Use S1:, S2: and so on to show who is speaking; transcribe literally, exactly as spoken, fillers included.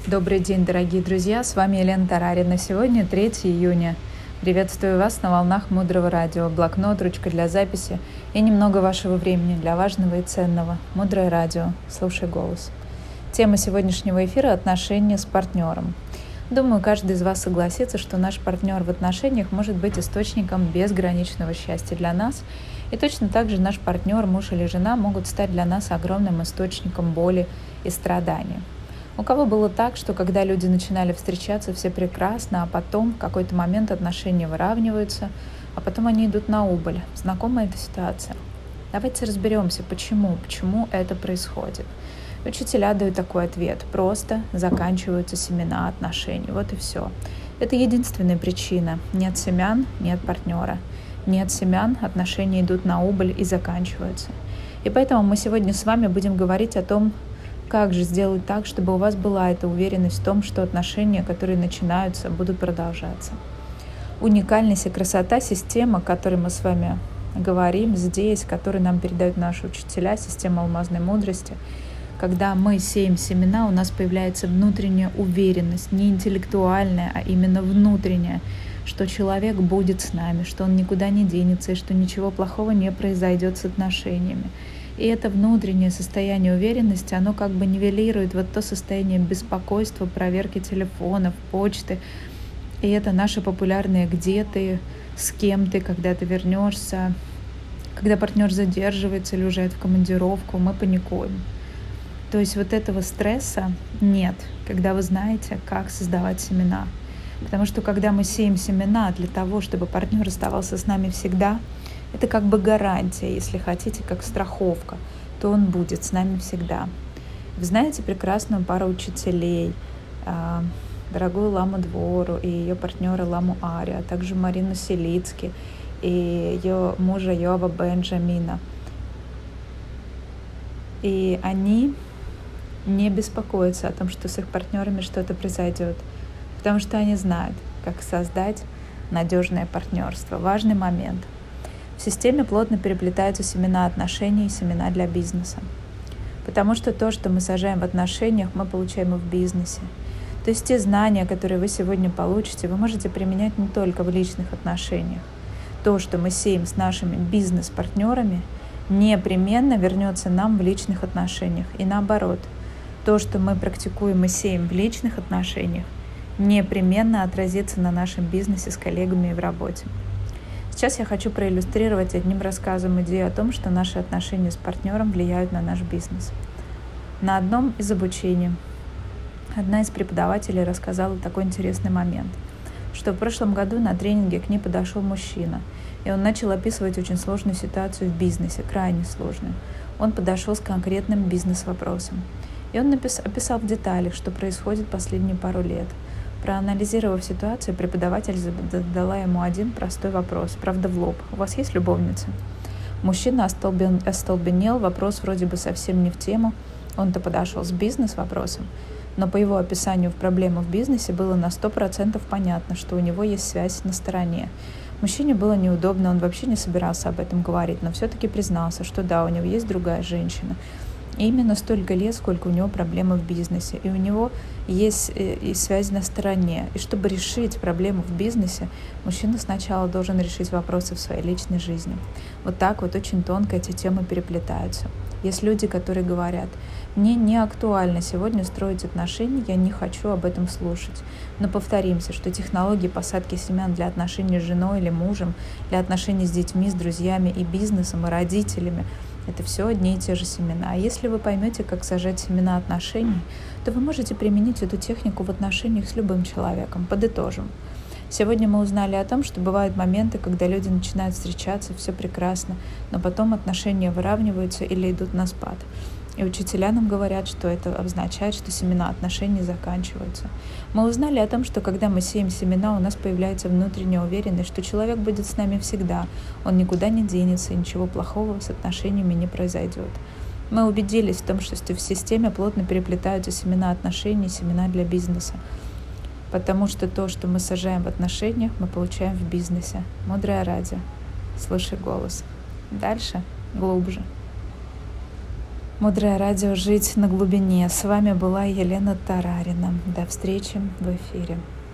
S1: Добрый день, дорогие друзья, с вами Елена Тарарина. Сегодня третьего июня. Приветствую вас на волнах Мудрого радио. Блокнот, ручка для записи и немного вашего времени для важного и ценного. Мудрое радио. Слушай голос. Тема сегодняшнего эфира – отношения с партнером. Думаю, каждый из вас согласится, что наш партнер в отношениях может быть источником безграничного счастья для нас. И точно так же наш партнер, муж или жена могут стать для нас огромным источником боли и страданий. У кого было так, что когда люди начинали встречаться, все прекрасно, а потом в какой-то момент отношения выравниваются, а потом они идут на убыль. Знакома эта ситуация? Давайте разберемся, почему, почему это происходит. Учителя дают такой ответ. Просто заканчиваются семена отношений. Вот и все. Это единственная причина. Нет семян, нет партнера. Нет семян, отношения идут на убыль и заканчиваются. И поэтому мы сегодня с вами будем говорить о том, как же сделать так, чтобы у вас была эта уверенность в том, что отношения, которые начинаются, будут продолжаться. Уникальность и красота системы, о которой мы с вами говорим здесь, которую нам передают наши учителя, система алмазной мудрости. Когда мы сеем семена, у нас появляется внутренняя уверенность, не интеллектуальная, а именно внутренняя, что человек будет с нами, что он никуда не денется и что ничего плохого не произойдет с отношениями. И это внутреннее состояние уверенности, оно как бы нивелирует вот то состояние беспокойства, проверки телефонов, почты. И это наше популярное «где ты?», «с кем ты?», «когда ты вернешься?», когда партнер задерживается или уезжает в командировку, мы паникуем. То есть вот этого стресса нет, когда вы знаете, как создавать семена. Потому что когда мы сеем семена для того, чтобы партнер оставался с нами всегда, это как бы гарантия, если хотите, как страховка, то он будет с нами всегда. Вы знаете прекрасную пару учителей, дорогую Ламу Двору и ее партнера Ламу Ари, а также Марину Селицки и ее мужа Йоава Бенджамина. И они не беспокоятся о том, что с их партнерами что-то произойдет, потому что они знают, как создать надежное партнерство. Важный момент. В системе плотно переплетаются семена отношений и семена для бизнеса. Потому что то, что мы сажаем в отношениях, мы получаем и в бизнесе. То есть те знания, которые вы сегодня получите, вы можете применять не только в личных отношениях. То, что мы сеем с нашими бизнес-партнерами, непременно вернется нам в личных отношениях. И наоборот, то, что мы практикуем и сеем в личных отношениях, непременно отразится на нашем бизнесе с коллегами и в работе. Сейчас я хочу проиллюстрировать одним рассказом идею о том, что наши отношения с партнером влияют на наш бизнес. На одном из обучений одна из преподавателей рассказала такой интересный момент, что в прошлом году на тренинге к ней подошел мужчина, и он начал описывать очень сложную ситуацию в бизнесе, крайне сложную. Он подошел с конкретным бизнес-вопросом. И он напис- описал в деталях, что происходит последние пару лет. Проанализировав ситуацию, преподаватель задала ему один простой вопрос, правда в лоб. «У вас есть любовница?» Мужчина остолбен, остолбенел, вопрос вроде бы совсем не в тему. Он-то подошел с бизнес-вопросом, но по его описанию в проблему в бизнесе было на сто процентов понятно, что у него есть связь на стороне. Мужчине было неудобно, он вообще не собирался об этом говорить, но все-таки признался, что да, у него есть другая женщина. И именно столько лет, сколько у него проблемы в бизнесе. И у него есть и связь на стороне. И чтобы решить проблему в бизнесе, мужчина сначала должен решить вопросы в своей личной жизни. Вот так вот очень тонко эти темы переплетаются. Есть люди, которые говорят: мне не актуально сегодня строить отношения, я не хочу об этом слушать. Но повторимся, что технологии посадки семян для отношений с женой или мужем, для отношений с детьми, с друзьями и бизнесом, и родителями — это все одни и те же семена. А если вы поймете, как сажать семена отношений, то вы можете применить эту технику в отношениях с любым человеком. Подытожим. Сегодня мы узнали о том, что бывают моменты, когда люди начинают встречаться, все прекрасно, но потом отношения выравниваются или идут на спад. И учителя нам говорят, что это означает, что семена отношений заканчиваются. Мы узнали о том, что когда мы сеем семена, у нас появляется внутренняя уверенность, что человек будет с нами всегда, он никуда не денется, и ничего плохого с отношениями не произойдет. Мы убедились в том, что в системе плотно переплетаются семена отношений и семена для бизнеса. Потому что то, что мы сажаем в отношениях, мы получаем в бизнесе. Мудрое радио. Слушай голос. Дальше глубже. Мудрое радио «Жить на глубине». С вами была Елена Тарарина. До встречи в эфире.